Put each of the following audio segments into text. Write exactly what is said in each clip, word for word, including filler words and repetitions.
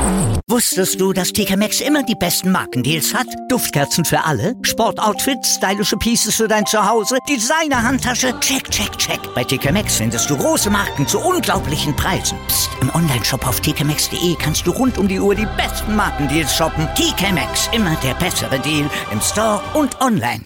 Wusstest du, dass T K Maxx immer die besten Markendeals hat? Duftkerzen für alle, Sportoutfits, stylische Pieces für dein Zuhause, Designer-Handtasche, check, check, check. Bei T K Maxx findest du große Marken zu unglaublichen Preisen. Psst. Im Onlineshop auf t k maxx punkt d e kannst du rund um die Uhr die besten Markendeals shoppen. T K Maxx, immer der bessere Deal im Store und online.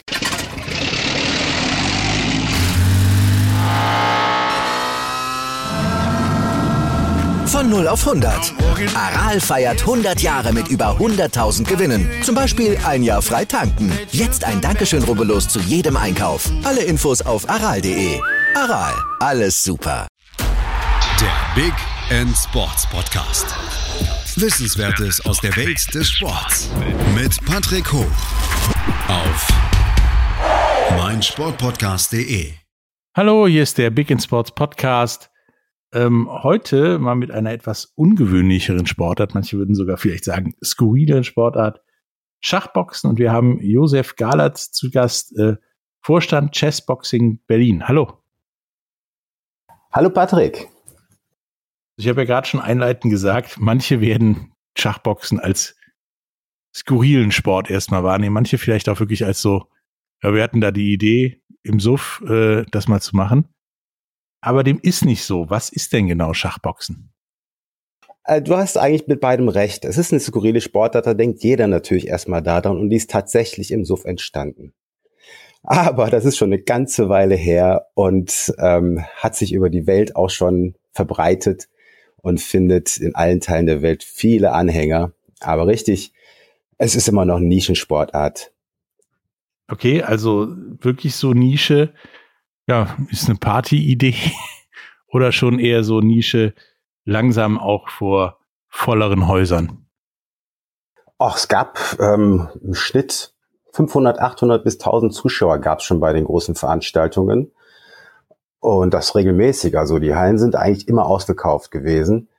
Von null auf hundert. Aral feiert hundert Jahre mit über hunderttausend Gewinnen. Zum Beispiel ein Jahr frei tanken. Jetzt ein Dankeschön, rubbellos zu jedem Einkauf. Alle Infos auf aral punkt de. Aral, alles super. Der Big End Sports Podcast. Wissenswertes aus der Welt des Sports. Mit Patrick Hoch. Auf meinsportpodcast punkt de. Hallo, hier ist der Big End Sports Podcast. Ähm, heute mal mit einer etwas ungewöhnlicheren Sportart, manche würden sogar vielleicht sagen skurrileren Sportart, Schachboxen, und wir haben Josef Galatz zu Gast, äh, Vorstand Chessboxing Berlin. Hallo. Hallo Patrick. Ich habe ja gerade schon einleitend gesagt, manche werden Schachboxen als skurrilen Sport erstmal wahrnehmen, manche vielleicht auch wirklich als so, ja, wir hatten da die Idee im Suff, äh, das mal zu machen. Aber dem ist nicht so. Was ist denn genau Schachboxen? Du hast eigentlich mit beidem recht. Es ist eine skurrile Sportart, da denkt jeder natürlich erstmal daran, und die ist tatsächlich im Suff entstanden. Aber das ist schon eine ganze Weile her und ähm, hat sich über die Welt auch schon verbreitet und findet in allen Teilen der Welt viele Anhänger. Aber richtig, es ist immer noch eine Nischensportart. Okay, also wirklich so Nische. Ja, ist eine Party-Idee oder schon eher so Nische, langsam auch vor volleren Häusern? Ach, es gab ähm, im Schnitt fünfhundert, achthundert bis tausend Zuschauer gab es schon bei den großen Veranstaltungen. Und das regelmäßig. Also die Hallen sind eigentlich immer ausverkauft gewesen.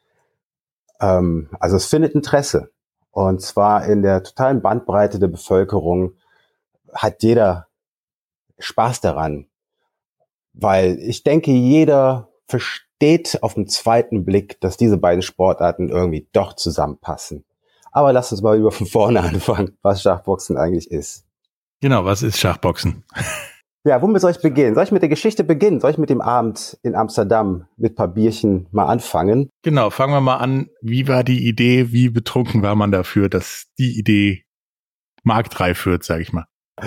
Ähm, also es findet Interesse. Und zwar in der totalen Bandbreite der Bevölkerung hat jeder Spaß daran. Weil ich denke, jeder versteht auf den zweiten Blick, dass diese beiden Sportarten irgendwie doch zusammenpassen. Aber lass uns mal über von vorne anfangen, was Schachboxen eigentlich ist. Genau, was ist Schachboxen? Ja, womit soll ich beginnen? Soll ich mit der Geschichte beginnen? Soll ich mit dem Abend in Amsterdam mit ein paar Bierchen mal anfangen? Genau, fangen wir mal an. Wie war die Idee? Wie betrunken war man dafür, dass die Idee marktreif wird, sage ich mal?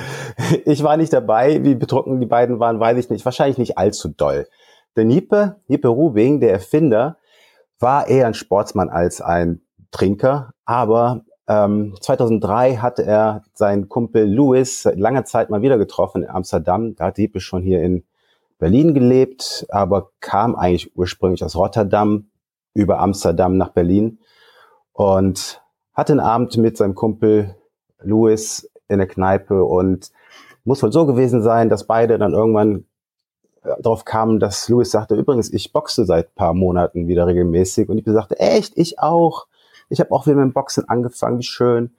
Ich war nicht dabei, wie betrunken die beiden waren, weiß ich nicht. Wahrscheinlich nicht allzu doll. Der Niepe, Niepe Rubing, der Erfinder, war eher ein Sportsmann als ein Trinker. Aber ähm, zweitausenddrei hatte er seinen Kumpel Louis seit langer Zeit mal wieder getroffen in Amsterdam. Da hat Niepe schon hier in Berlin gelebt, aber kam eigentlich ursprünglich aus Rotterdam über Amsterdam nach Berlin und hatte einen Abend mit seinem Kumpel Louis in der Kneipe, und muss wohl so gewesen sein, dass beide dann irgendwann darauf kamen, dass Louis sagte, übrigens, ich boxe seit ein paar Monaten wieder regelmäßig, und ich sagte, echt, ich auch. Ich habe auch wieder mit dem Boxen angefangen, wie schön.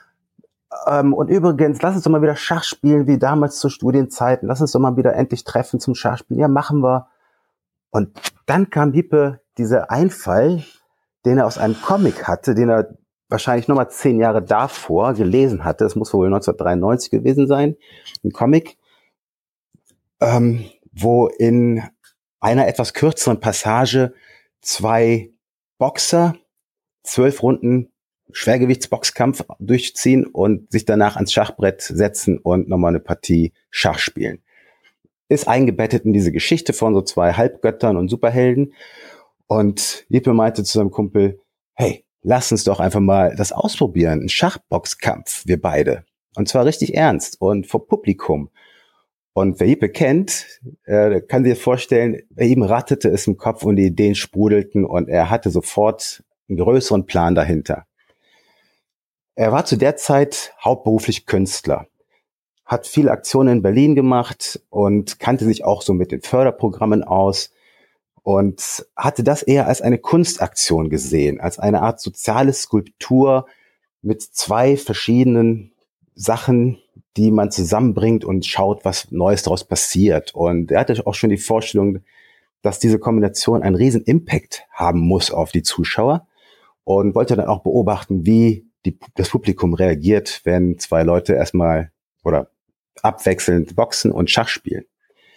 Ähm, und übrigens, lass uns doch mal wieder Schach spielen, wie damals zu Studienzeiten. Lass uns doch mal wieder endlich treffen zum Schachspielen. Ja, machen wir. Und dann kam Niepe dieser Einfall, den er aus einem Comic hatte, den er wahrscheinlich nochmal zehn Jahre davor gelesen hatte. Das muss wohl neunzehnhundertdreiundneunzig gewesen sein. Ein Comic, ähm, wo in einer etwas kürzeren Passage zwei Boxer zwölf Runden Schwergewichtsboxkampf durchziehen und sich danach ans Schachbrett setzen und nochmal eine Partie Schach spielen. Ist eingebettet in diese Geschichte von so zwei Halbgöttern und Superhelden. Und Niepe meinte zu seinem Kumpel, hey, lass uns doch einfach mal das ausprobieren, ein Schachboxkampf, wir beide. Und zwar richtig ernst und vor Publikum. Und wer Niepe kennt, äh, kann sich vorstellen, bei ihm ratterte es im Kopf und die Ideen sprudelten und er hatte sofort einen größeren Plan dahinter. Er war zu der Zeit hauptberuflich Künstler, hat viele Aktionen in Berlin gemacht und kannte sich auch so mit den Förderprogrammen aus und hatte das eher als eine Kunstaktion gesehen, als eine Art soziale Skulptur mit zwei verschiedenen Sachen, die man zusammenbringt und schaut, was Neues daraus passiert. Und er hatte auch schon die Vorstellung, dass diese Kombination einen riesen Impact haben muss auf die Zuschauer. und wollte dann auch beobachten, wie die, das Publikum reagiert, wenn zwei Leute erstmal oder abwechselnd boxen und Schach spielen.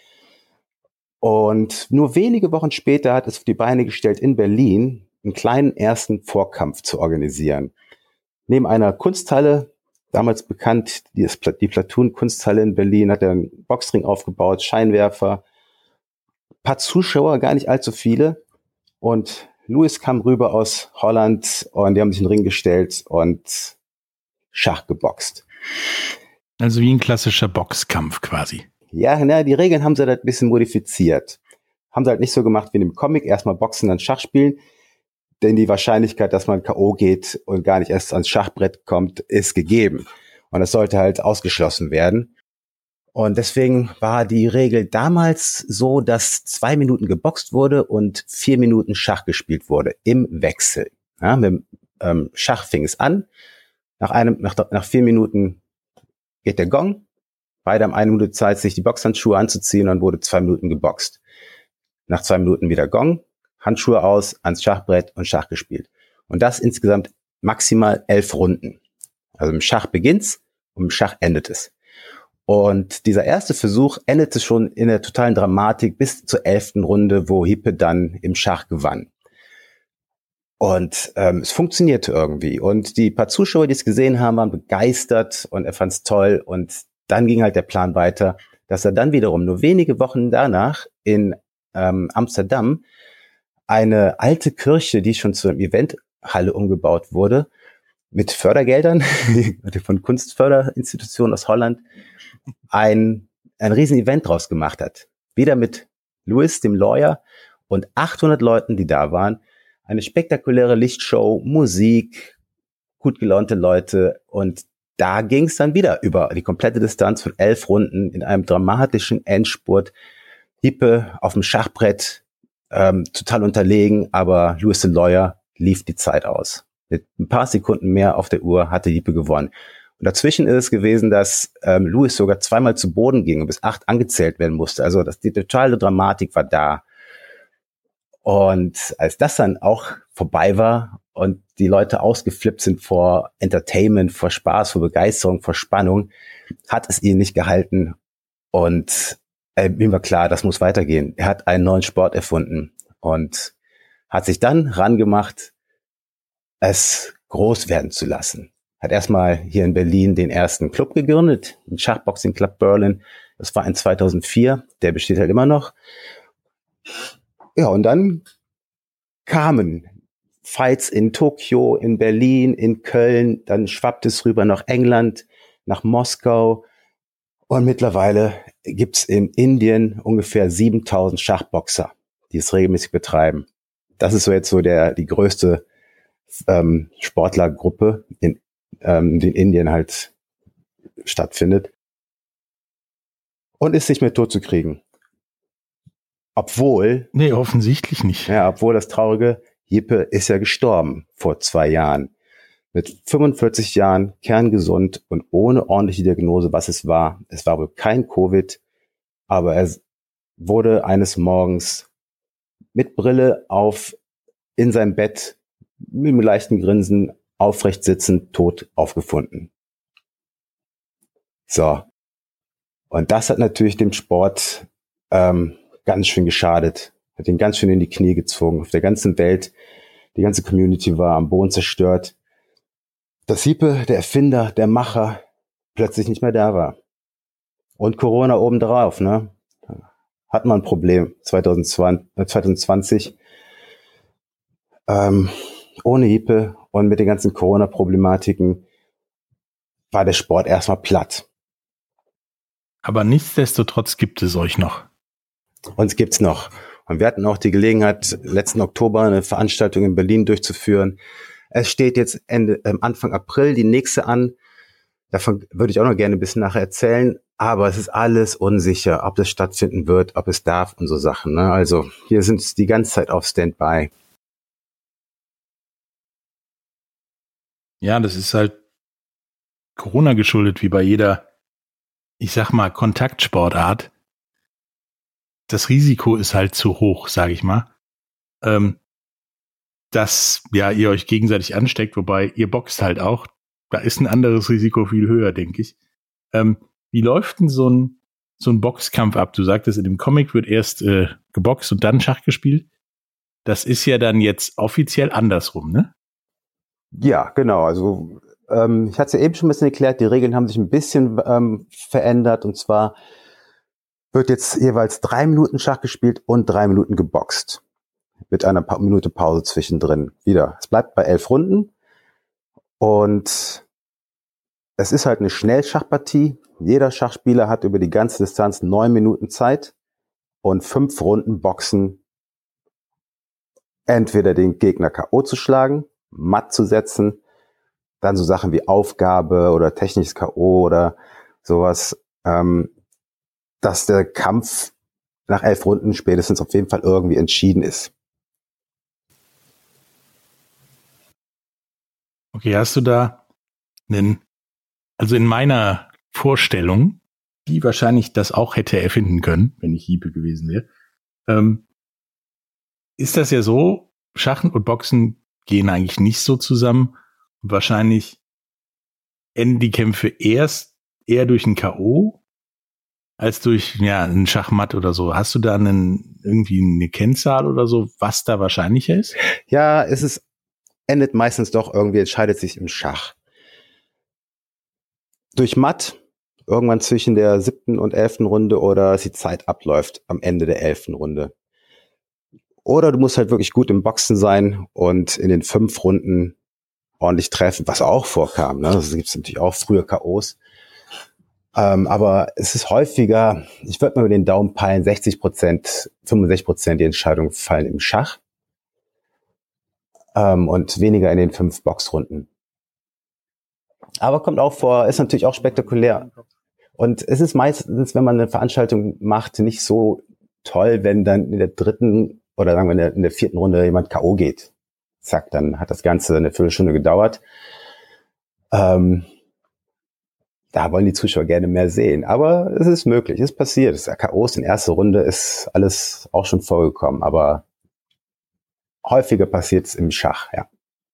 Und nur wenige Wochen später hat es auf die Beine gestellt, in Berlin einen kleinen ersten Vorkampf zu organisieren. Neben einer Kunsthalle, damals bekannt, die, die Platoon-Kunsthalle in Berlin, hat er einen Boxring aufgebaut, Scheinwerfer, ein paar Zuschauer, gar nicht allzu viele. Und Lewis kam rüber aus Holland und die haben sich in den Ring gestellt und Schach geboxt. Also wie ein klassischer Boxkampf quasi. Ja, na, die Regeln haben sie halt ein bisschen modifiziert. Haben sie halt nicht so gemacht wie in dem Comic, erstmal boxen, dann Schach spielen. Denn die Wahrscheinlichkeit, dass man K O geht und gar nicht erst ans Schachbrett kommt, ist gegeben. Und das sollte halt ausgeschlossen werden. Und deswegen war die Regel damals so, dass zwei Minuten geboxt wurde und vier Minuten Schach gespielt wurde im Wechsel. Ja, mit dem ähm, Schach fing es an. Nach einem, nach, nach vier Minuten geht der Gong. Beide haben eine Minute Zeit, sich die Boxhandschuhe anzuziehen, und dann wurde zwei Minuten geboxt. Nach zwei Minuten wieder Gong, Handschuhe aus, ans Schachbrett und Schach gespielt. Und das insgesamt maximal elf Runden. Also im Schach beginnt's und im Schach endet es. Und dieser erste Versuch endete schon in der totalen Dramatik bis zur elften Runde, wo Hippe dann im Schach gewann. Und ähm, es funktionierte irgendwie. Und die paar Zuschauer, die es gesehen haben, waren begeistert und er fand's toll. Und dann ging halt der Plan weiter, dass er dann wiederum nur wenige Wochen danach in ähm, Amsterdam eine alte Kirche, die schon zu einer Eventhalle umgebaut wurde, mit Fördergeldern von Kunstförderinstitutionen aus Holland, ein, ein riesen Event draus gemacht hat. Wieder mit Lewis, dem Lawyer, und achthundert Leuten, die da waren. Eine spektakuläre Lichtshow, Musik, gut gelaunte Leute, und da ging es dann wieder über die komplette Distanz von elf Runden in einem dramatischen Endspurt. Hippe auf dem Schachbrett, ähm, total unterlegen, aber Lewis the Lawyer lief die Zeit aus. Mit ein paar Sekunden mehr auf der Uhr hatte Hippe gewonnen. Und dazwischen ist es gewesen, dass ähm, Lewis sogar zweimal zu Boden ging und bis acht angezählt werden musste. Also das, die totale Dramatik war da. Und als das dann auch vorbei war und die Leute ausgeflippt sind vor Entertainment, vor Spaß, vor Begeisterung, vor Spannung, hat es ihn nicht gehalten. Und äh, ihm war klar, das muss weitergehen. Er hat einen neuen Sport erfunden und hat sich dann rangemacht, es groß werden zu lassen. Hat erstmal hier in Berlin den ersten Club gegründet, den Schachboxing Club Berlin. Das war in zweitausendvier, der besteht halt immer noch. Ja, und dann kamen Fights in Tokio, in Berlin, in Köln, dann schwappt es rüber nach England, nach Moskau, und mittlerweile gibt's in Indien ungefähr siebentausend Schachboxer, die es regelmäßig betreiben. Das ist so jetzt so der die größte ähm, Sportlergruppe, in, ähm, die in Indien halt stattfindet, und ist nicht mehr tot zu kriegen. Obwohl... Nee, offensichtlich nicht. Ja, obwohl das Traurige, Hippe ist ja gestorben vor zwei Jahren. Mit fünfundvierzig Jahren, kerngesund und ohne ordentliche Diagnose, was es war. Es war wohl kein Covid, aber er wurde eines Morgens mit Brille auf, in seinem Bett, mit einem leichten Grinsen, aufrecht sitzend, tot aufgefunden. So. Und das hat natürlich dem Sport ähm, ganz schön geschadet. Hat ihn ganz schön in die Knie gezwungen. Auf der ganzen Welt, die ganze Community war am Boden zerstört. Dass Hippe, der Erfinder, der Macher, plötzlich nicht mehr da war. Und Corona obendrauf, ne? Hat man ein Problem zwanzig zwanzig. Ähm, ohne Hippe und mit den ganzen Corona-Problematiken war der Sport erstmal platt. Aber nichtsdestotrotz gibt es euch noch. Uns gibt's noch. Und wir hatten auch die Gelegenheit, letzten Oktober eine Veranstaltung in Berlin durchzuführen. Es steht jetzt Ende, äh, Anfang April die nächste an. Davon würde ich auch noch gerne ein bisschen nachher erzählen. Aber es ist alles unsicher, ob das stattfinden wird, ob es darf und so Sachen, ne? Also hier sind es die ganze Zeit auf Standby. Ja, das ist halt Corona geschuldet, wie bei jeder, ich sag mal, Kontaktsportart. Das Risiko ist halt zu hoch, sage ich mal. Ähm, dass ja ihr euch gegenseitig ansteckt, wobei ihr boxt halt auch. Da ist ein anderes Risiko viel höher, denke ich. Ähm, wie läuft denn so ein, so ein Boxkampf ab? Du sagtest, in dem Comic wird erst äh, geboxt und dann Schach gespielt. Das ist ja dann jetzt offiziell andersrum, ne? Ja, genau. Also ähm, ich hatte es ja eben schon ein bisschen erklärt, die Regeln haben sich ein bisschen ähm, verändert. Und zwar wird jetzt jeweils drei Minuten Schach gespielt und drei Minuten geboxt. Mit einer pa- Minute Pause zwischendrin wieder. Es bleibt bei elf Runden. Und es ist halt eine Schnellschachpartie. Jeder Schachspieler hat über die ganze Distanz neun Minuten Zeit und fünf Runden Boxen, entweder den Gegner K O zu schlagen, matt zu setzen, dann so Sachen wie Aufgabe oder technisches K O oder sowas, ähm, dass der Kampf nach elf Runden spätestens auf jeden Fall irgendwie entschieden ist. Okay, hast du da einen, also in meiner Vorstellung, die wahrscheinlich das auch hätte erfinden können, wenn ich Hiebe gewesen wäre, ähm, ist das ja so, Schachen und Boxen gehen eigentlich nicht so zusammen. Und wahrscheinlich enden die Kämpfe erst eher durch ein K O als durch ja einen Schachmatt oder so. Hast du da einen, irgendwie eine Kennzahl oder so, was da wahrscheinlicher ist? Ja, es ist, endet meistens doch irgendwie, entscheidet sich im Schach. Durch Matt, irgendwann zwischen der siebten und elften Runde oder dass die Zeit abläuft am Ende der elften Runde. Oder du musst halt wirklich gut im Boxen sein und in den fünf Runden ordentlich treffen, was auch vorkam. Ne? Das gibt es natürlich auch früher K Os. Ähm, aber es ist häufiger, ich würde mal mit den Daumen peilen, sechzig Prozent, fünfundsechzig Prozent die Entscheidungen fallen im Schach ähm, und weniger in den fünf Boxrunden. Aber kommt auch vor, ist natürlich auch spektakulär. Und es ist meistens, wenn man eine Veranstaltung macht, nicht so toll, wenn dann in der dritten oder sagen wir in der, in der vierten Runde jemand K O geht. Zack, dann hat das Ganze eine Viertelstunde gedauert. Ähm, da wollen die Zuschauer gerne mehr sehen. Aber es ist möglich, es ist passiert. Das K Os in erster Runde ist alles auch schon vorgekommen. Aber häufiger passiert es im Schach, ja.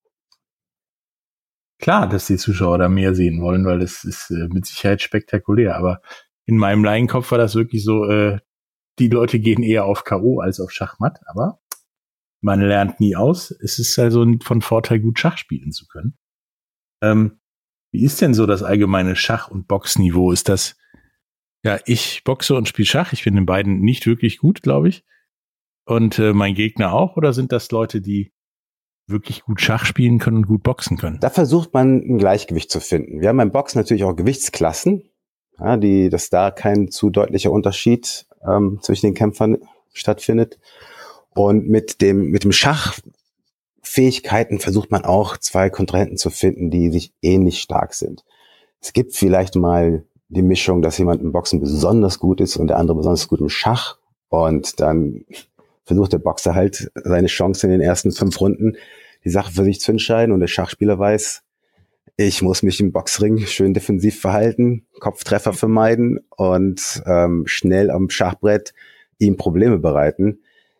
Klar, dass die Zuschauer da mehr sehen wollen, weil es ist äh, mit Sicherheit spektakulär. Aber in meinem Laienkopf war das wirklich so, äh, die Leute gehen eher auf K O als auf Schachmatt. Aber man lernt nie aus. Es ist also von Vorteil, gut Schach spielen zu können. Ähm, wie ist denn so das allgemeine Schach- und Boxniveau? Ist das, ja, ich boxe und spiele Schach. Ich bin in beiden nicht wirklich gut, glaube ich. Und äh, mein Gegner auch? Oder sind das Leute, die wirklich gut Schach spielen können und gut boxen können? Da versucht man ein Gleichgewicht zu finden. Wir haben beim Boxen natürlich auch Gewichtsklassen, ja, die, dass da kein zu deutlicher Unterschied ähm, zwischen den Kämpfern stattfindet. Und mit dem, mit dem Schachfähigkeiten versucht man auch zwei Kontrahenten zu finden, die sich ähnlich stark sind. Es gibt vielleicht mal die Mischung, dass jemand im Boxen besonders gut ist und der andere besonders gut im Schach. Und dann versucht der Boxer halt seine Chance in den ersten fünf Runden, die Sache für sich zu entscheiden. Und der Schachspieler weiß, ich muss mich im Boxring schön defensiv verhalten, Kopftreffer vermeiden und ähm, schnell am Schachbrett ihm Probleme bereiten.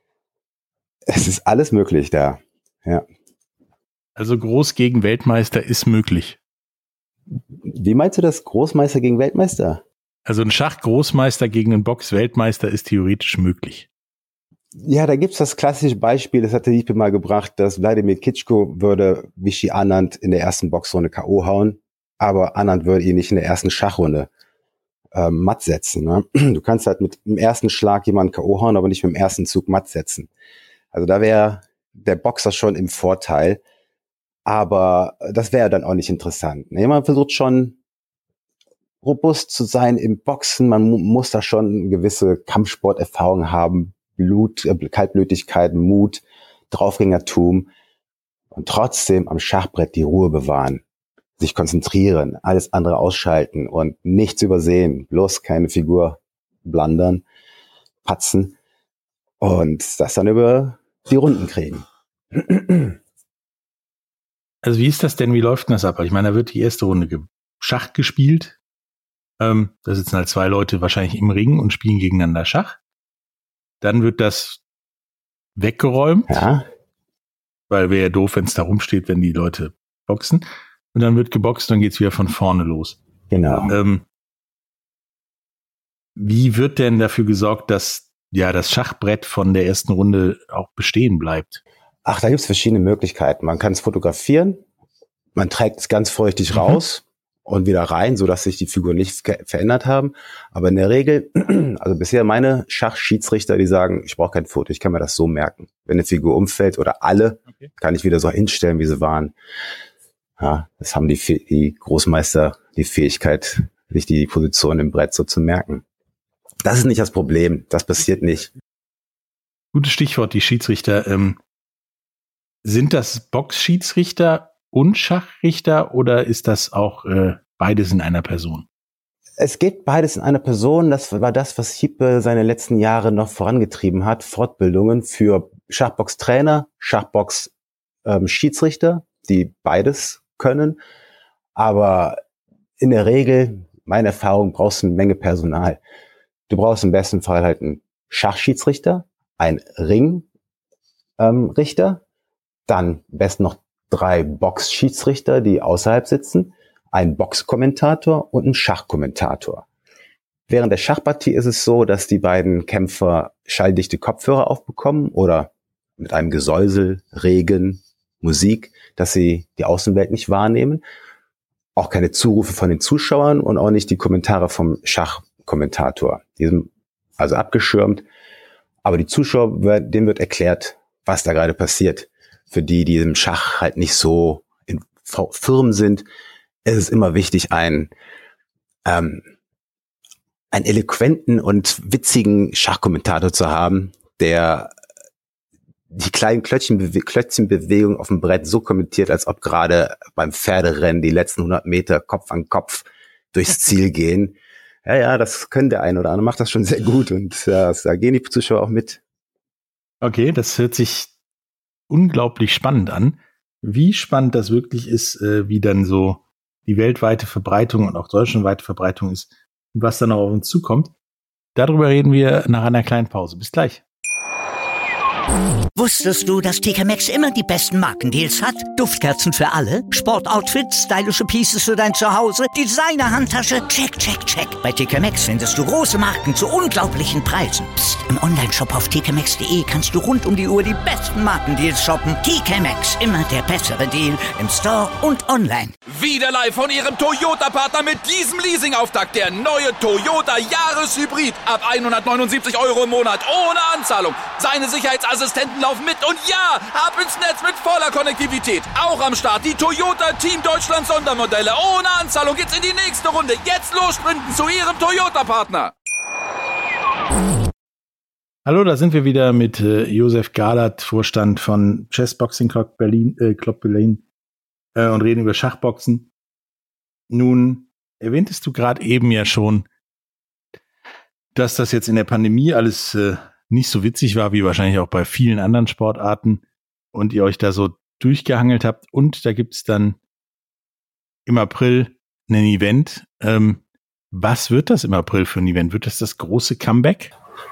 Es ist alles möglich da, ja. Also Groß gegen Weltmeister ist möglich. Wie meinst du das, Großmeister gegen Weltmeister? Also ein Schach-Großmeister gegen einen Box-Weltmeister ist theoretisch möglich. Ja, da gibt's das klassische Beispiel, das hatte Liebe mal gebracht, dass Wladimir Klitschko würde Vichy Anand in der ersten Boxrunde K O hauen, aber Anand würde ihn nicht in der ersten Schachrunde ähm, matt setzen. Ne? Du kannst halt mit dem ersten Schlag jemanden K O hauen, aber nicht mit dem ersten Zug matt setzen. Also da wäre der Boxer schon im Vorteil, aber das wäre dann auch nicht interessant. Ne? Man versucht schon robust zu sein im Boxen, man mu- muss da schon gewisse Kampfsporterfahrung haben, Blut, äh, Kaltblütigkeit, Mut, Draufgängertum und trotzdem am Schachbrett die Ruhe bewahren, sich konzentrieren, alles andere ausschalten und nichts übersehen, bloß keine Figur blundern, patzen und das dann über die Runden kriegen. Also wie ist das denn, wie läuft denn das ab? Ich meine, da wird die erste Runde ge- Schach gespielt. Ähm, da sitzen halt zwei Leute wahrscheinlich im Ring und spielen gegeneinander Schach. Dann wird das weggeräumt. Ja. weil wäre ja doof, wenn es da rumsteht, wenn die Leute boxen. Und dann wird geboxt, dann geht's wieder von vorne los. Genau. Ähm, wie wird denn dafür gesorgt, dass ja das Schachbrett von der ersten Runde auch bestehen bleibt? Ach, da gibt's verschiedene Möglichkeiten. Man kann es fotografieren, man trägt es ganz vorsichtig mhm. raus und wieder rein, so dass sich die Figuren nicht ge- verändert haben. Aber in der Regel, also bisher meine Schachschiedsrichter, die sagen, ich brauche kein Foto, ich kann mir das so merken. Wenn eine Figur umfällt oder alle, okay. kann ich wieder so hinstellen, wie sie waren. Ja, das haben die, die Großmeister die Fähigkeit, sich die Position im Brett so zu merken. Das ist nicht das Problem, das passiert nicht. Gutes Stichwort, die Schiedsrichter. Ähm, sind das Boxschiedsrichter und Schachrichter oder ist das auch äh, beides in einer Person? Es geht beides in einer Person. Das war das, was Hippe seine letzten Jahre noch vorangetrieben hat. Fortbildungen für Schachbox-Trainer, Schachbox-Schiedsrichter, ähm, die beides können. Aber in der Regel, meine Erfahrung, brauchst du eine Menge Personal. Du brauchst im besten Fall halt einen Schachschiedsrichter, einen Ringrichter, ähm, dann am besten noch drei Boxschiedsrichter, die außerhalb sitzen, einen Boxkommentator und einen Schachkommentator. Während der Schachpartie ist es so, dass die beiden Kämpfer schalldichte Kopfhörer aufbekommen oder mit einem Gesäusel, Regen, Musik, dass sie die Außenwelt nicht wahrnehmen. Auch keine Zurufe von den Zuschauern und auch nicht die Kommentare vom Schachkommentator. Die sind also abgeschirmt. Aber die Zuschauer, denen wird erklärt, was da gerade passiert. Für die, die im Schach halt nicht so in firm sind, ist es immer wichtig, einen, ähm, einen eloquenten und witzigen Schachkommentator zu haben, der die kleinen Klötzchenbewe- Klötzchenbewegungen auf dem Brett so kommentiert, als ob gerade beim Pferderennen die letzten hundert Meter Kopf an Kopf durchs Ziel gehen. Ja, ja, das können der eine oder andere, macht das schon sehr gut und ja, da gehen die Zuschauer auch mit. Okay, das hört sich unglaublich spannend an. Wie spannend das wirklich ist, äh, wie dann so die weltweite Verbreitung und auch deutschlandweite Verbreitung ist und was dann auch auf uns zukommt. Darüber reden wir nach einer kleinen Pause. Bis gleich. Wusstest du, dass T K Maxx immer die besten Markendeals hat? Duftkerzen für alle, Sportoutfits, stylische Pieces für dein Zuhause, Designer-Handtasche, check, check, check. Bei T K Maxx findest du große Marken zu unglaublichen Preisen. Psst. Im Onlineshop auf t k maxx punkt d e kannst du rund um die Uhr die besten Markendeals shoppen. T K Maxx, immer der bessere Deal im Store und online. Wieder live von Ihrem Toyota-Partner mit diesem Leasing-Auftakt. Der neue Toyota Jahreshybrid. Ab hundertneunundsiebzig Euro im Monat ohne Anzahlung. Seine Sicherheitsassistenten laufen mit und ja, ab ins Netz mit voller Konnektivität. Auch am Start die Toyota Team Deutschland Sondermodelle. Ohne Anzahlung geht's in die nächste Runde. Jetzt los sprinten zu Ihrem Toyota-Partner. Hallo, da sind wir wieder mit äh, Josef Galert, Vorstand von Chess Boxing Club Berlin, äh, Club Berlin äh, und reden über Schachboxen. Nun erwähntest du gerade eben ja schon, dass das jetzt in der Pandemie alles äh, nicht so witzig war, wie wahrscheinlich auch bei vielen anderen Sportarten und ihr euch da so durchgehangelt habt. Und da gibt's dann im April ein Event. Ähm, was wird das im April für ein Event? Wird das das große Comeback?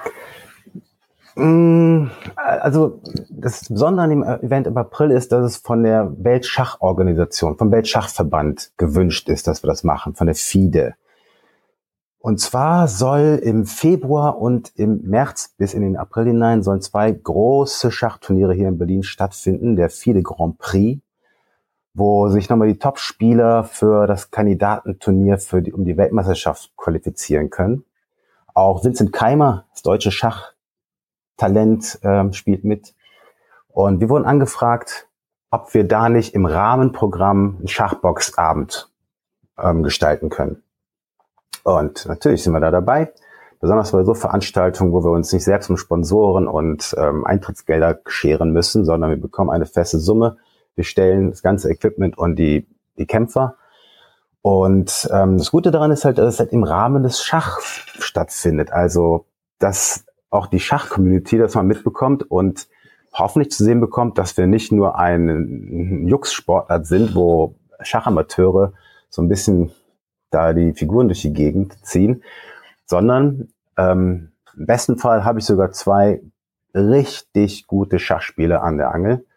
Also das Besondere an dem Event im April ist, dass es von der Weltschachorganisation, vom Weltschachverband gewünscht ist, dass wir das machen, von der F I D E. Und zwar soll im Februar und im März bis in den April hinein sollen zwei große Schachturniere hier in Berlin stattfinden, der F I D E Grand Prix, wo sich nochmal die Top-Spieler für das Kandidatenturnier für die, um die Weltmeisterschaft qualifizieren können. Auch Vincent Keimer, das deutsche Schachtalent, ähm, spielt mit. Und wir wurden angefragt, ob wir da nicht im Rahmenprogramm einen Schachboxabend ähm, gestalten können. Und natürlich sind wir da dabei, besonders bei so Veranstaltungen, wo wir uns nicht selbst um Sponsoren und ähm, Eintrittsgelder scheren müssen, sondern wir bekommen eine feste Summe. Wir stellen das ganze Equipment und die die Kämpfer. Und ähm, das Gute daran ist halt, dass es halt im Rahmen des Schachs stattfindet. Also, dass auch die Schach-Community das mal mitbekommt und hoffentlich zu sehen bekommt, dass wir nicht nur ein Jux-Sportart sind, wo Schachamateure so ein bisschen da die Figuren durch die Gegend ziehen, sondern ähm, im besten Fall habe ich sogar zwei richtig gute Schachspieler an der Angel.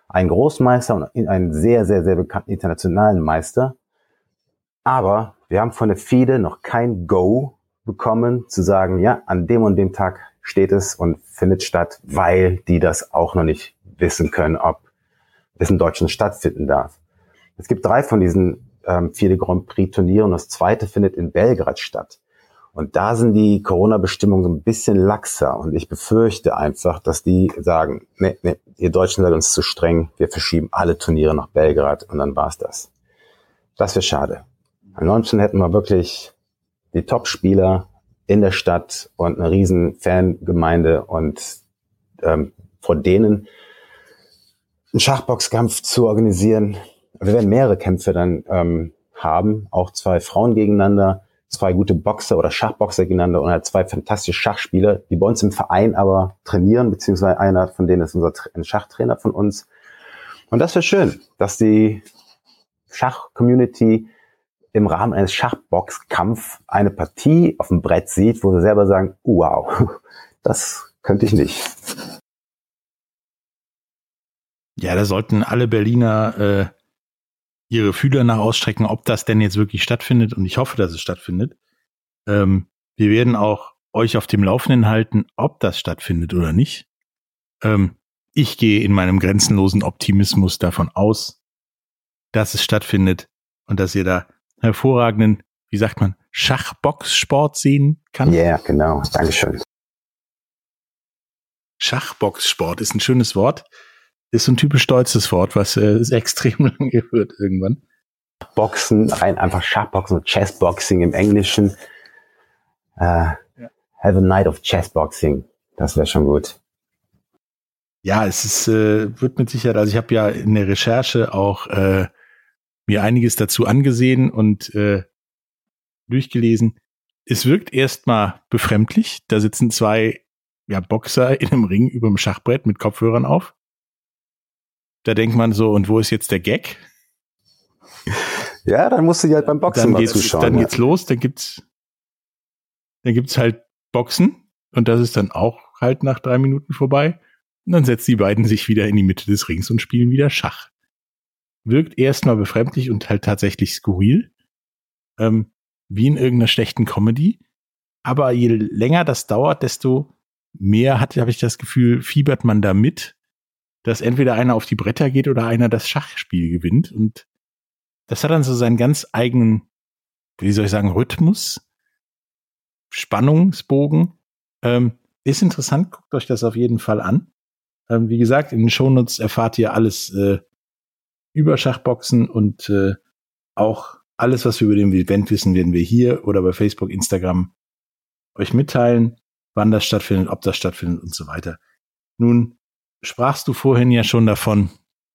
einen Großmeister und einen sehr, sehr, sehr bekannten internationalen Meister. Aber wir haben von der F I D E noch kein Go bekommen, zu sagen, ja, an dem und dem Tag steht es und findet statt, weil die das auch noch nicht wissen können, ob es in Deutschland stattfinden darf. Es gibt drei von diesen ähm, F I D E Grand Prix Turnieren und das zweite findet in Belgrad statt. Und da sind die Corona-Bestimmungen so ein bisschen laxer und ich befürchte einfach, dass die sagen, nee, nee, ihr Deutschen seid uns zu streng, wir verschieben alle Turniere nach Belgrad und dann war's das. Das wäre schade. Ansonsten hätten wir wirklich die Top-Spieler in der Stadt und eine riesen Fangemeinde und ähm, vor denen einen Schachboxkampf zu organisieren. Wir werden mehrere Kämpfe dann ähm, haben, auch zwei Frauen gegeneinander, zwei gute Boxer oder Schachboxer gegeneinander und halt zwei fantastische Schachspieler, die bei uns im Verein aber trainieren, beziehungsweise einer von denen ist unser ein Schachtrainer von uns. Und das wäre schön, dass die Schach-Community im Rahmen eines Schachboxkampfs eine Partie auf dem Brett sieht, wo sie selber sagen, wow, das könnte ich nicht. Ja, da sollten alle Berliner äh, ihre Fühler nach ausstrecken, ob das denn jetzt wirklich stattfindet. Und ich hoffe, dass es stattfindet. Ähm, wir werden auch euch auf dem Laufenden halten, ob das stattfindet oder nicht. Ähm, ich gehe in meinem grenzenlosen Optimismus davon aus, dass es stattfindet und dass ihr da hervorragenden, wie sagt man, Schachboxsport sehen kann. Ja, yeah, genau. Dankeschön. Schachboxsport ist ein schönes Wort. Ist so ein typisch deutsches Wort, was äh, ist extrem lange wird irgendwann. Boxen, rein einfach Schachboxen, Chessboxing im Englischen. Äh, ja. Have a night of Chessboxing. Das wäre schon gut. Ja, es ist, äh, wird mit Sicherheit, also ich habe ja in der Recherche auch äh, mir einiges dazu angesehen und äh, durchgelesen. Es wirkt erstmal befremdlich. Da sitzen zwei ja, Boxer in einem Ring über dem Schachbrett mit Kopfhörern auf. Da denkt man so, und wo ist jetzt der Gag? Ja, dann musst du halt beim Boxen dann mal geht's, zuschauen. Dann ja. geht's los, dann gibt's, dann gibt's halt Boxen und das ist dann auch halt nach drei Minuten vorbei. Und dann setzen die beiden sich wieder in die Mitte des Rings und spielen wieder Schach. Wirkt erstmal befremdlich und halt tatsächlich skurril, ähm, wie in irgendeiner schlechten Comedy. Aber je länger das dauert, desto mehr hat, habe ich das Gefühl, fiebert man da mit, dass entweder einer auf die Bretter geht oder einer das Schachspiel gewinnt. Und das hat dann so seinen ganz eigenen, wie soll ich sagen, Rhythmus, Spannungsbogen. Ähm, ist interessant, guckt euch das auf jeden Fall an. Ähm, wie gesagt, in den Shownotes erfahrt ihr alles äh, über Schachboxen und äh, auch alles, was wir über den Event wissen, werden wir hier oder bei Facebook, Instagram euch mitteilen, wann das stattfindet, ob das stattfindet und so weiter. Nun sprachst du vorhin ja schon davon,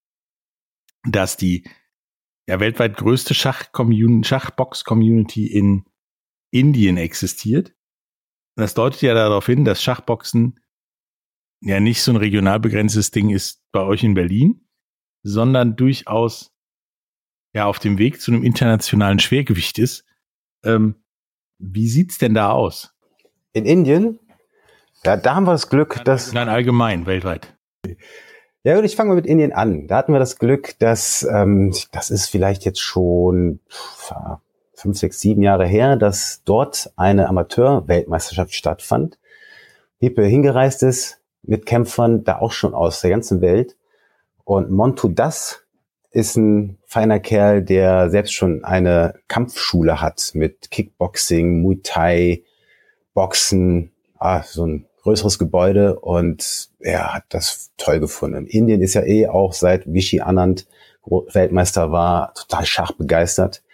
dass die ja weltweit größte Schach-Community, Schachbox-Community in Indien existiert. Und das deutet ja darauf hin, dass Schachboxen ja nicht so ein regional begrenztes Ding ist bei euch in Berlin, sondern durchaus ja auf dem Weg zu einem internationalen Schwergewicht ist. Ähm, wie sieht's denn da aus? In Indien? Ja, da haben wir das Glück, Nein, dass... Nein, allgemein, weltweit. Ja, und ich fange mal mit Indien an. Da hatten wir das Glück, dass, ähm, das ist vielleicht jetzt schon fünf, sechs, sieben Jahre her, dass dort eine Amateur-Weltmeisterschaft stattfand. Hippe hingereist ist mit Kämpfern, da auch schon aus der ganzen Welt. Und Montu Das ist ein feiner Kerl, der selbst schon eine Kampfschule hat mit Kickboxing, Muay Thai, Boxen, ah, so ein größeres Gebäude und er hat das toll gefunden. Indien ist ja eh auch seit Vichy Anand Weltmeister war, total schachbegeistert.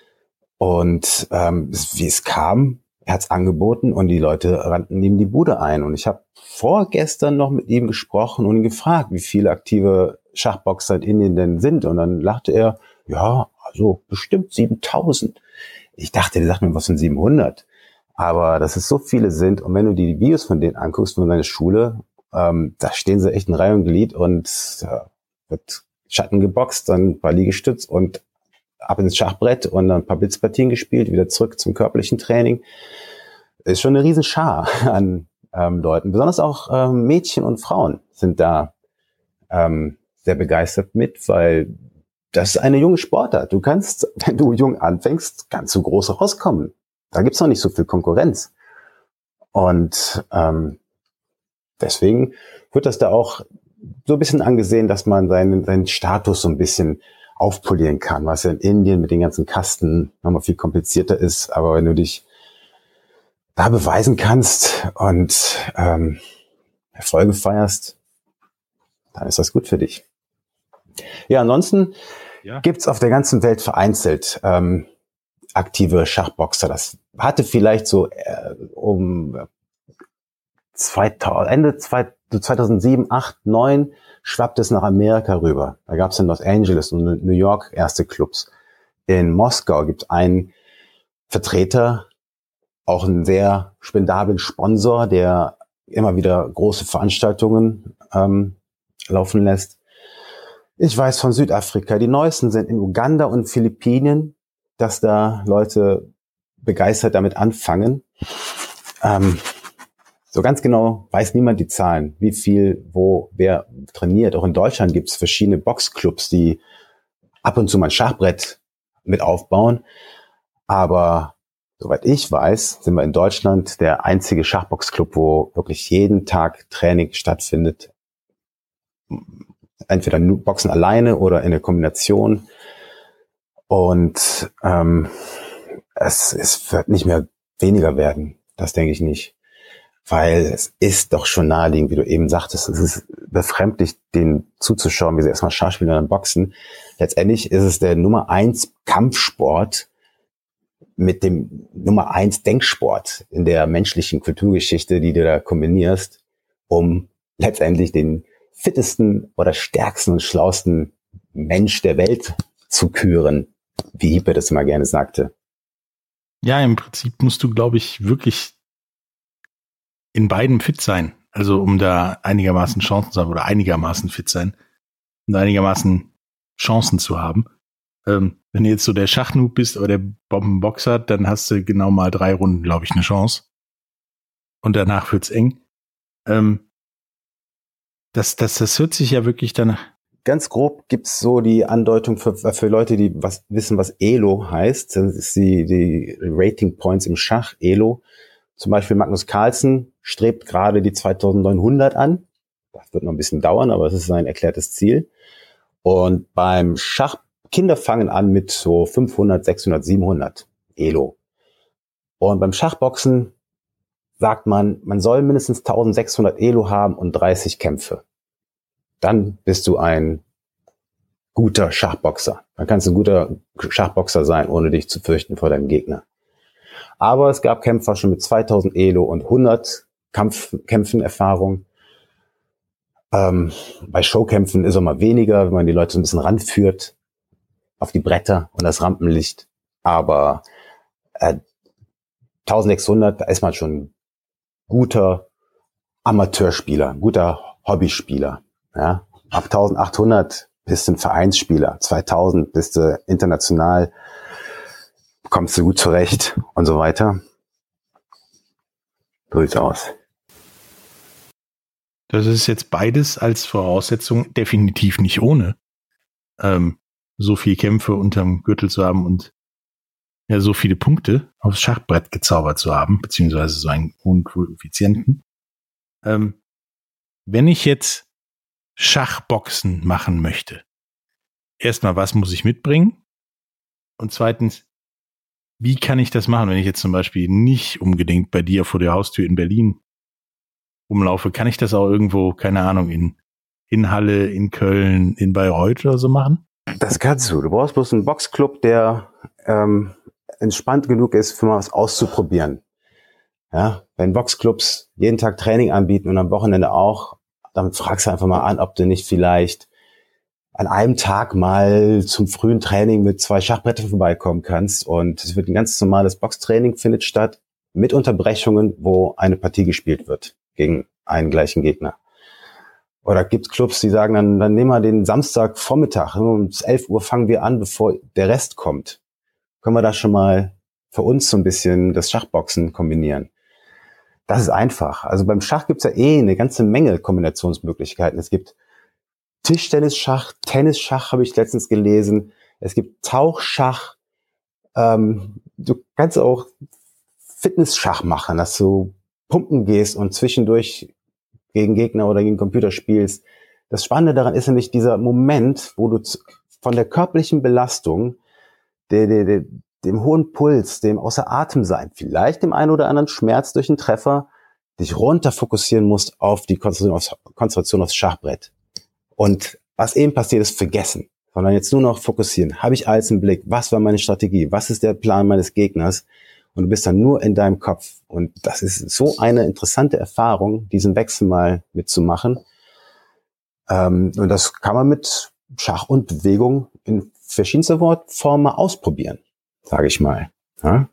Und ähm, wie es kam, er hat es angeboten und die Leute rannten ihm die Bude ein. Und ich habe vorgestern noch mit ihm gesprochen und ihn gefragt, wie viele aktive Schachboxer in Indien denn sind. Und dann lachte er, ja, also bestimmt siebentausend. Ich dachte, der sagt mir was von siebenhundert. Aber dass es so viele sind und wenn du die Videos von denen anguckst, von seiner Schule, ähm, da stehen sie echt in Reihe und Glied und äh, wird Schatten geboxt, dann ein paar Liegestütz und ab ins Schachbrett und dann ein paar Blitzpartien gespielt, wieder zurück zum körperlichen Training. Ist schon eine riesen Schar an ähm, Leuten. Besonders auch ähm, Mädchen und Frauen sind da ähm, sehr begeistert mit, weil das ist eine junge Sportart. Du kannst, wenn du jung anfängst, ganz so groß rauskommen. Da gibt's noch nicht so viel Konkurrenz. Und ähm, deswegen wird das da auch so ein bisschen angesehen, dass man seinen, seinen Status so ein bisschen aufpolieren kann, was ja in Indien mit den ganzen Kasten nochmal viel komplizierter ist. Aber wenn du dich da beweisen kannst und ähm, Erfolge feierst, dann ist das gut für dich. Ja, ansonsten ja. gibt's auf der ganzen Welt vereinzelt ähm, aktive Schachboxer. Das hatte vielleicht so äh, um zweitausend, Ende zweitausendsieben, acht, neun schwappt es nach Amerika rüber. Da gab's in Los Angeles und New York erste Clubs. In Moskau gibt's einen Vertreter, auch einen sehr spendablen Sponsor, der immer wieder große Veranstaltungen ähm, laufen lässt. Ich weiß von Südafrika, die neuesten sind in Uganda und Philippinen, dass da Leute begeistert damit anfangen. Ähm, so ganz genau weiß niemand die Zahlen, wie viel, wo, wer trainiert. Auch in Deutschland gibt es verschiedene Boxclubs, die ab und zu mal ein Schachbrett mit aufbauen. Aber soweit ich weiß, sind wir in Deutschland der einzige Schachboxclub, wo wirklich jeden Tag Training stattfindet. Entweder Boxen alleine oder in der Kombination. Und ähm, es, es wird nicht mehr weniger werden. Das denke ich nicht. Weil es ist doch schon naheliegend, wie du eben sagtest, es ist befremdlich, denen zuzuschauen, wie sie erstmal Schach spielen und dann boxen. Letztendlich ist es der Nummer eins Kampfsport mit dem Nummer eins Denksport in der menschlichen Kulturgeschichte, die du da kombinierst, um letztendlich den fittesten oder stärksten und schlausten Mensch der Welt zu küren, wie Hippe das immer gerne sagte. Ja, im Prinzip musst du, glaube ich, wirklich in beiden fit sein. Also um da einigermaßen Chancen zu haben oder einigermaßen fit sein, um da einigermaßen Chancen zu haben. Ähm, wenn du jetzt so der Schachnoob bist oder der Bombenboxer, dann hast du genau mal drei Runden, glaube ich, eine Chance. Und danach wird's eng. Ähm, das, das, das hört sich ja wirklich danach. Ganz grob gibt's so die Andeutung für, für Leute, die was wissen, was Elo heißt. Das ist die, die Rating Points im Schach, Elo. Zum Beispiel Magnus Carlsen strebt gerade die zweitausendneunhundert an. Das wird noch ein bisschen dauern, aber es ist sein erklärtes Ziel. Und beim Schach, Kinder fangen an mit so fünfhundert, sechshundert, siebenhundert Elo. Und beim Schachboxen sagt man, man soll mindestens eintausendsechshundert Elo haben und dreißig Kämpfe. Dann bist du ein guter Schachboxer. Dann kannst du ein guter Schachboxer sein, ohne dich zu fürchten vor deinem Gegner. Aber es gab Kämpfer schon mit zweitausend Elo und hundert Kampf, Kämpfen Erfahrung. Ähm, bei Showkämpfen ist auch mal weniger, wenn man die Leute so ein bisschen ranführt auf die Bretter und das Rampenlicht. Aber äh, eintausendsechshundert, da ist man schon guter Amateurspieler, guter Hobbyspieler. Ja? Ab eintausendachthundert bist du ein Vereinsspieler, zweitausend bist du international, kommst du gut zurecht und so weiter. So sieht's aus. Das ist jetzt beides als Voraussetzung definitiv nicht ohne, ähm, so viel Kämpfe unterm Gürtel zu haben und ja so viele Punkte aufs Schachbrett gezaubert zu haben, beziehungsweise so einen hohen Koeffizienten. Ähm, wenn ich jetzt Schachboxen machen möchte, erstmal, was muss ich mitbringen? Und zweitens, wie kann ich das machen, wenn ich jetzt zum Beispiel nicht unbedingt bei dir vor der Haustür in Berlin rumlaufe? Kann ich das auch irgendwo, keine Ahnung, in, in Halle, in Köln, in Bayreuth oder so machen? Das kannst du. Du brauchst bloß einen Boxclub, der ähm, entspannt genug ist, für mal was auszuprobieren. Ja, wenn Boxclubs jeden Tag Training anbieten und am Wochenende auch, dann fragst du einfach mal an, ob du nicht vielleicht an einem Tag mal zum frühen Training mit zwei Schachbrettern vorbeikommen kannst. Und es wird ein ganz normales Boxtraining, findet statt, mit Unterbrechungen, wo eine Partie gespielt wird gegen einen gleichen Gegner. Oder gibt es Clubs, die sagen, dann, dann nehmen wir den Samstagvormittag, um elf Uhr fangen wir an, bevor der Rest kommt. Können wir da schon mal für uns so ein bisschen das Schachboxen kombinieren? Das ist einfach. Also beim Schach gibt es ja eh eine ganze Menge Kombinationsmöglichkeiten. Es gibt Tischtennisschach, Tennisschach habe ich letztens gelesen. Es gibt Tauchschach. Ähm, du kannst auch Fitnessschach machen, dass du pumpen gehst und zwischendurch gegen Gegner oder gegen Computer spielst. Das Spannende daran ist nämlich dieser Moment, wo du von der körperlichen Belastung, der, der, der, dem hohen Puls, dem außer Atem sein, vielleicht dem einen oder anderen Schmerz durch einen Treffer, dich runter fokussieren musst auf die Konzentration aufs, Konzentration aufs Schachbrett. Und was eben passiert ist, vergessen, sondern jetzt nur noch fokussieren. Habe ich alles im Blick? Was war meine Strategie? Was ist der Plan meines Gegners? Und du bist dann nur in deinem Kopf. Und das ist so eine interessante Erfahrung, diesen Wechsel mal mitzumachen. Ähm, und das kann man mit Schach und Bewegung in verschiedenster Formen ausprobieren, sage ich mal. Ja?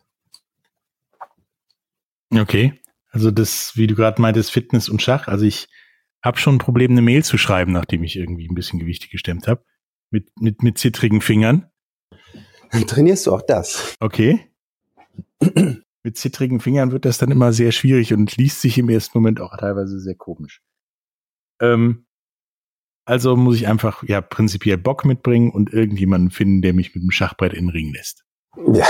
Okay, also das, wie du gerade meintest, Fitness und Schach. Also ich habe schon ein Problem, eine Mail zu schreiben, nachdem ich irgendwie ein bisschen Gewichte gestemmt habe. Mit, mit, mit zittrigen Fingern. Dann trainierst du auch das. Okay. Mit zittrigen Fingern wird das dann immer sehr schwierig und liest sich im ersten Moment auch teilweise sehr komisch. Ähm, also muss ich einfach, ja, prinzipiell Bock mitbringen und irgendjemanden finden, der mich mit dem Schachbrett in den Ring lässt. Ja.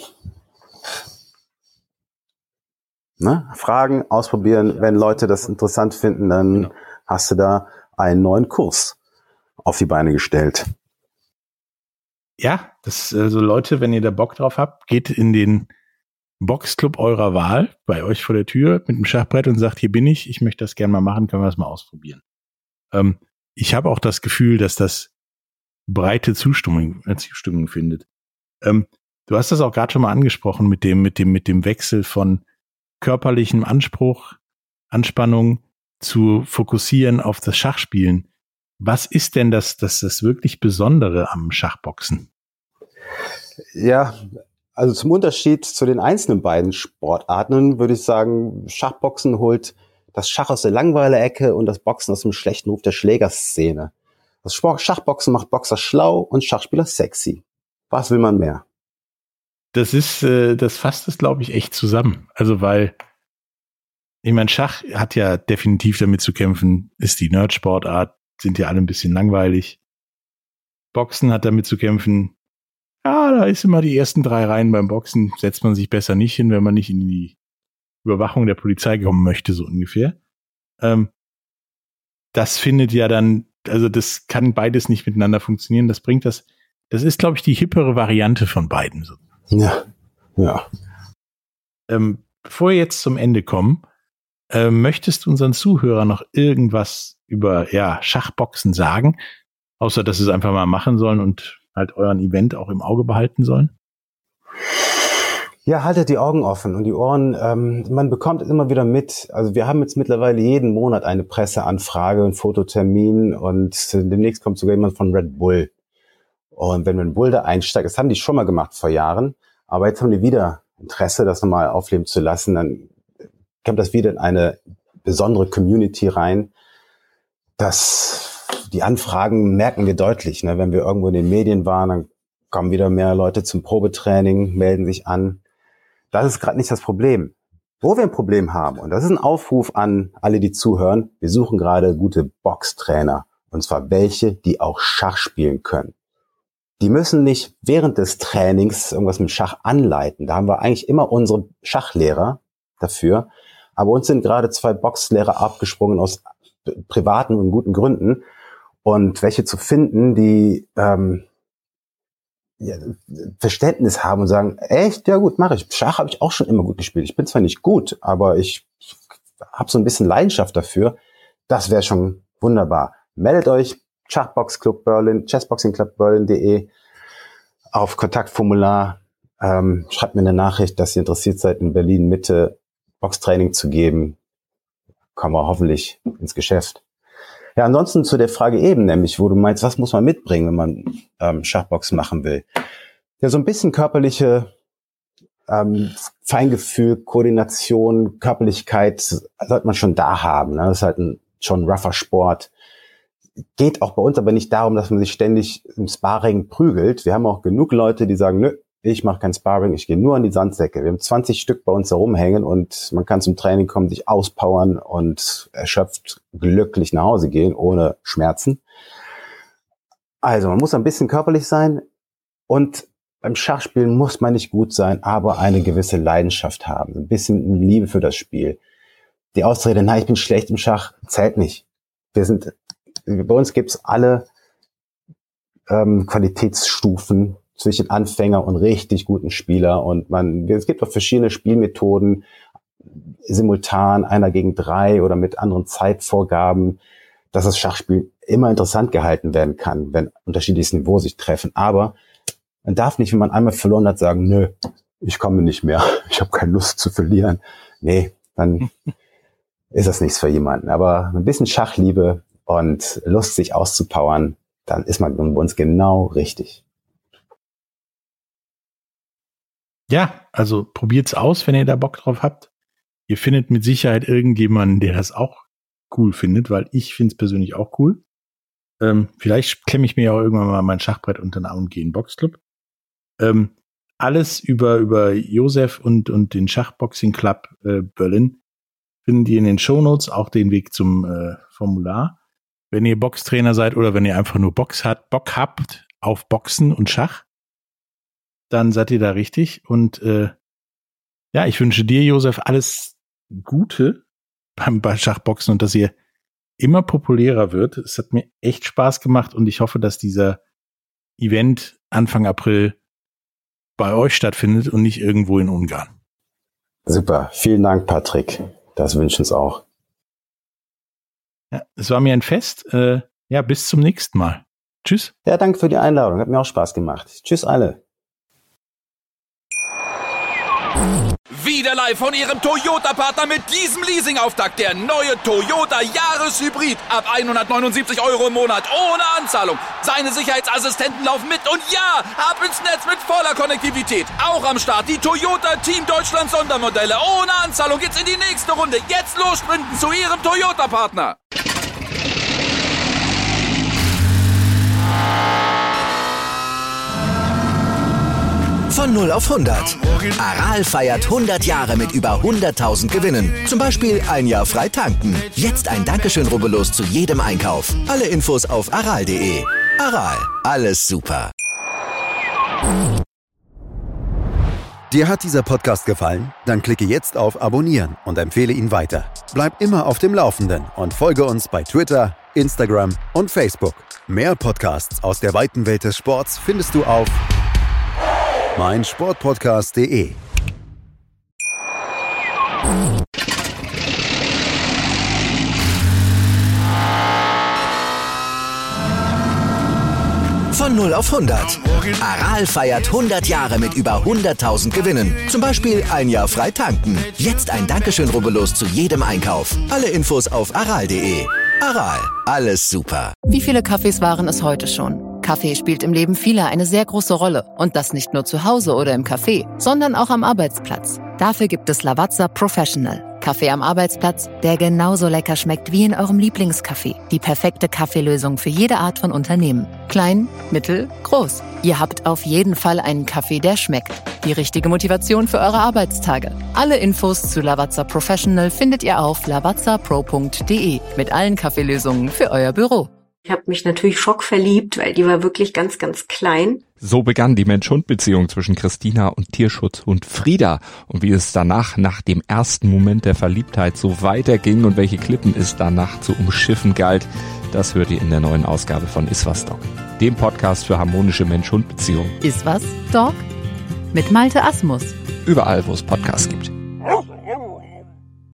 Ne? Fragen, ausprobieren. Wenn Leute das interessant finden, dann genau. Hast du da einen neuen Kurs auf die Beine gestellt. Ja, das, also Leute, wenn ihr da Bock drauf habt, geht in den Boxclub eurer Wahl bei euch vor der Tür mit dem Schachbrett und sagt, hier bin ich, ich möchte das gerne mal machen, können wir das mal ausprobieren. Ähm, ich habe auch das Gefühl, dass das breite Zustimmung, äh, Zustimmung findet. Ähm, du hast das auch gerade schon mal angesprochen mit dem, mit dem, mit dem Wechsel von körperlichem Anspruch, Anspannung zu fokussieren auf das Schachspielen. Was ist denn das, das, das wirklich Besondere am Schachboxen? Ja, also zum Unterschied zu den einzelnen beiden Sportarten würde ich sagen, Schachboxen holt das Schach aus der Langweiler-Ecke und das Boxen aus dem schlechten Ruf der Schlägerszene. Das Schachboxen macht Boxer schlau und Schachspieler sexy. Was will man mehr? Das ist, äh, das fasst es, glaube ich, echt zusammen. Also, weil, ich meine, Schach hat ja definitiv damit zu kämpfen, ist die Nerd-Sportart, sind ja alle ein bisschen langweilig. Boxen hat damit zu kämpfen, ja, da ist immer die ersten drei Reihen beim Boxen, setzt man sich besser nicht hin, wenn man nicht in die Überwachung der Polizei kommen möchte, so ungefähr. Ähm, das findet ja dann, also das kann beides nicht miteinander funktionieren, das bringt das, das ist, glaube ich, die hippere Variante von beiden. So. Ja, ja. Ähm, bevor wir jetzt zum Ende kommen, äh, möchtest du unseren Zuhörern noch irgendwas über ja, Schachboxen sagen? Außer, dass sie es einfach mal machen sollen und halt euren Event auch im Auge behalten sollen? Ja, haltet die Augen offen und die Ohren. Ähm, man bekommt es immer wieder mit. Also wir haben jetzt mittlerweile jeden Monat eine Presseanfrage, einen Fototermin und demnächst kommt sogar jemand von Red Bull. Und wenn Red Bull da einsteigt, das haben die schon mal gemacht vor Jahren, aber jetzt haben die wieder Interesse, das nochmal aufleben zu lassen, dann kommt das wieder in eine besondere Community rein. Das, die Anfragen merken wir deutlich, ne? Wenn wir irgendwo in den Medien waren, dann kommen wieder mehr Leute zum Probetraining, melden sich an. Das ist gerade nicht das Problem. Wo wir ein Problem haben, und das ist ein Aufruf an alle, die zuhören, wir suchen gerade gute Boxtrainer. Und zwar welche, die auch Schach spielen können. Die müssen nicht während des Trainings irgendwas mit Schach anleiten. Da haben wir eigentlich immer unsere Schachlehrer dafür. Aber uns sind gerade zwei Boxlehrer abgesprungen aus privaten und guten Gründen. Und welche zu finden, die ähm, ja, Verständnis haben und sagen, echt, ja gut, mache ich. Schach habe ich auch schon immer gut gespielt. Ich bin zwar nicht gut, aber ich habe so ein bisschen Leidenschaft dafür. Das wäre schon wunderbar. Meldet euch, Schachboxclub Berlin, Chessboxing-Club Berlin punkt de auf Kontaktformular. Ähm, schreibt mir eine Nachricht, dass ihr interessiert seid, in Berlin Mitte Boxtraining zu geben. Kommen wir hoffentlich ins Geschäft. Ja, ansonsten zu der Frage eben, nämlich, wo du meinst, was muss man mitbringen, wenn man ähm, Schachboxen machen will? Ja, so ein bisschen körperliche ähm, Feingefühl, Koordination, Körperlichkeit sollte man schon da haben. Ne? Das ist halt ein schon ein rougher Sport. Geht auch bei uns aber nicht darum, dass man sich ständig im Sparring prügelt. Wir haben auch genug Leute, die sagen, nö, ich mache kein Sparring, ich gehe nur an die Sandsäcke. Wir haben zwanzig Stück bei uns herumhängen und man kann zum Training kommen, sich auspowern und erschöpft glücklich nach Hause gehen, ohne Schmerzen. Also man muss ein bisschen körperlich sein und beim Schachspielen muss man nicht gut sein, aber eine gewisse Leidenschaft haben, ein bisschen Liebe für das Spiel. Die Ausrede, nein, ich bin schlecht im Schach, zählt nicht. Wir sind, bei uns gibt's alle ähm, Qualitätsstufen zwischen Anfänger und richtig guten Spieler und man, es gibt auch verschiedene Spielmethoden, simultan, einer gegen drei oder mit anderen Zeitvorgaben, dass das Schachspiel immer interessant gehalten werden kann, wenn unterschiedliches Niveau sich treffen. Aber man darf nicht, wenn man einmal verloren hat, sagen, nö, ich komme nicht mehr, ich habe keine Lust zu verlieren. Nee, dann ist das nichts für jemanden. Aber ein bisschen Schachliebe und Lust, sich auszupowern, dann ist man bei uns genau richtig. Ja, also probiert's aus, wenn ihr da Bock drauf habt. Ihr findet mit Sicherheit irgendjemanden, der das auch cool findet, weil ich finde es persönlich auch cool. Ähm, vielleicht klemme ich mir auch irgendwann mal mein Schachbrett unter den Arm und gehe in den Boxclub. Ähm, alles über über Josef und und den Schachboxing Club äh, Berlin findet ihr in den Shownotes, auch den Weg zum äh, Formular. Wenn ihr Boxtrainer seid oder wenn ihr einfach nur Box hat, Bock habt auf Boxen und Schach, dann seid ihr da richtig. Und äh, ja, ich wünsche dir, Josef, alles Gute beim bei Schachboxen und dass ihr immer populärer wird. Es hat mir echt Spaß gemacht und ich hoffe, dass dieser Event Anfang April bei euch stattfindet und nicht irgendwo in Ungarn. Super, vielen Dank, Patrick. Das wünschen uns auch. Ja, es war mir ein Fest. Äh, ja, bis zum nächsten Mal. Tschüss. Ja, danke für die Einladung. Hat mir auch Spaß gemacht. Tschüss alle. Wieder live von Ihrem Toyota-Partner mit diesem Leasing-Auftakt. Der neue Toyota Jahreshybrid. Ab hundertneunundsiebzig Euro im Monat. Ohne Anzahlung. Seine Sicherheitsassistenten laufen mit. Und ja, ab ins Netz mit voller Konnektivität. Auch am Start die Toyota Team Deutschland Sondermodelle. Ohne Anzahlung geht's in die nächste Runde. Jetzt los sprinten zu Ihrem Toyota-Partner. Von null auf hundert. Aral feiert hundert Jahre mit über hunderttausend Gewinnen. Zum Beispiel ein Jahr frei tanken. Jetzt ein Dankeschön, rubbellos zu jedem Einkauf. Alle Infos auf aral punkt de. Aral, alles super. Dir hat dieser Podcast gefallen? Dann klicke jetzt auf Abonnieren und empfehle ihn weiter. Bleib immer auf dem Laufenden und folge uns bei Twitter, Instagram und Facebook. Mehr Podcasts aus der weiten Welt des Sports findest du auf mein Sportpodcast punkt de. Von null auf hundert. Aral feiert hundert Jahre mit über hunderttausend Gewinnen. Zum Beispiel ein Jahr frei tanken. Jetzt ein Dankeschön, rubbellos zu jedem Einkauf. Alle Infos auf aral punkt de. Aral, alles super. Wie viele Kaffees waren es heute schon? Kaffee spielt im Leben vieler eine sehr große Rolle. Und das nicht nur zu Hause oder im Café, sondern auch am Arbeitsplatz. Dafür gibt es Lavazza Professional. Kaffee am Arbeitsplatz, der genauso lecker schmeckt wie in eurem Lieblingscafé. Die perfekte Kaffeelösung für jede Art von Unternehmen. Klein, mittel, groß. Ihr habt auf jeden Fall einen Kaffee, der schmeckt. Die richtige Motivation für eure Arbeitstage. Alle Infos zu Lavazza Professional findet ihr auf lavazza pro punkt de mit allen Kaffeelösungen für euer Büro. Ich habe mich natürlich schockverliebt, weil die war wirklich ganz, ganz klein. So begann die Mensch-Hund-Beziehung zwischen Christina und Tierschutzhund Frieda. Und wie es danach, nach dem ersten Moment der Verliebtheit, so weiterging und welche Klippen es danach zu umschiffen galt, das hört ihr in der neuen Ausgabe von Iswas Dog, dem Podcast für harmonische Mensch-Hund-Beziehungen. Iswas Dog? Mit Malte Asmus. Überall, wo es Podcasts gibt.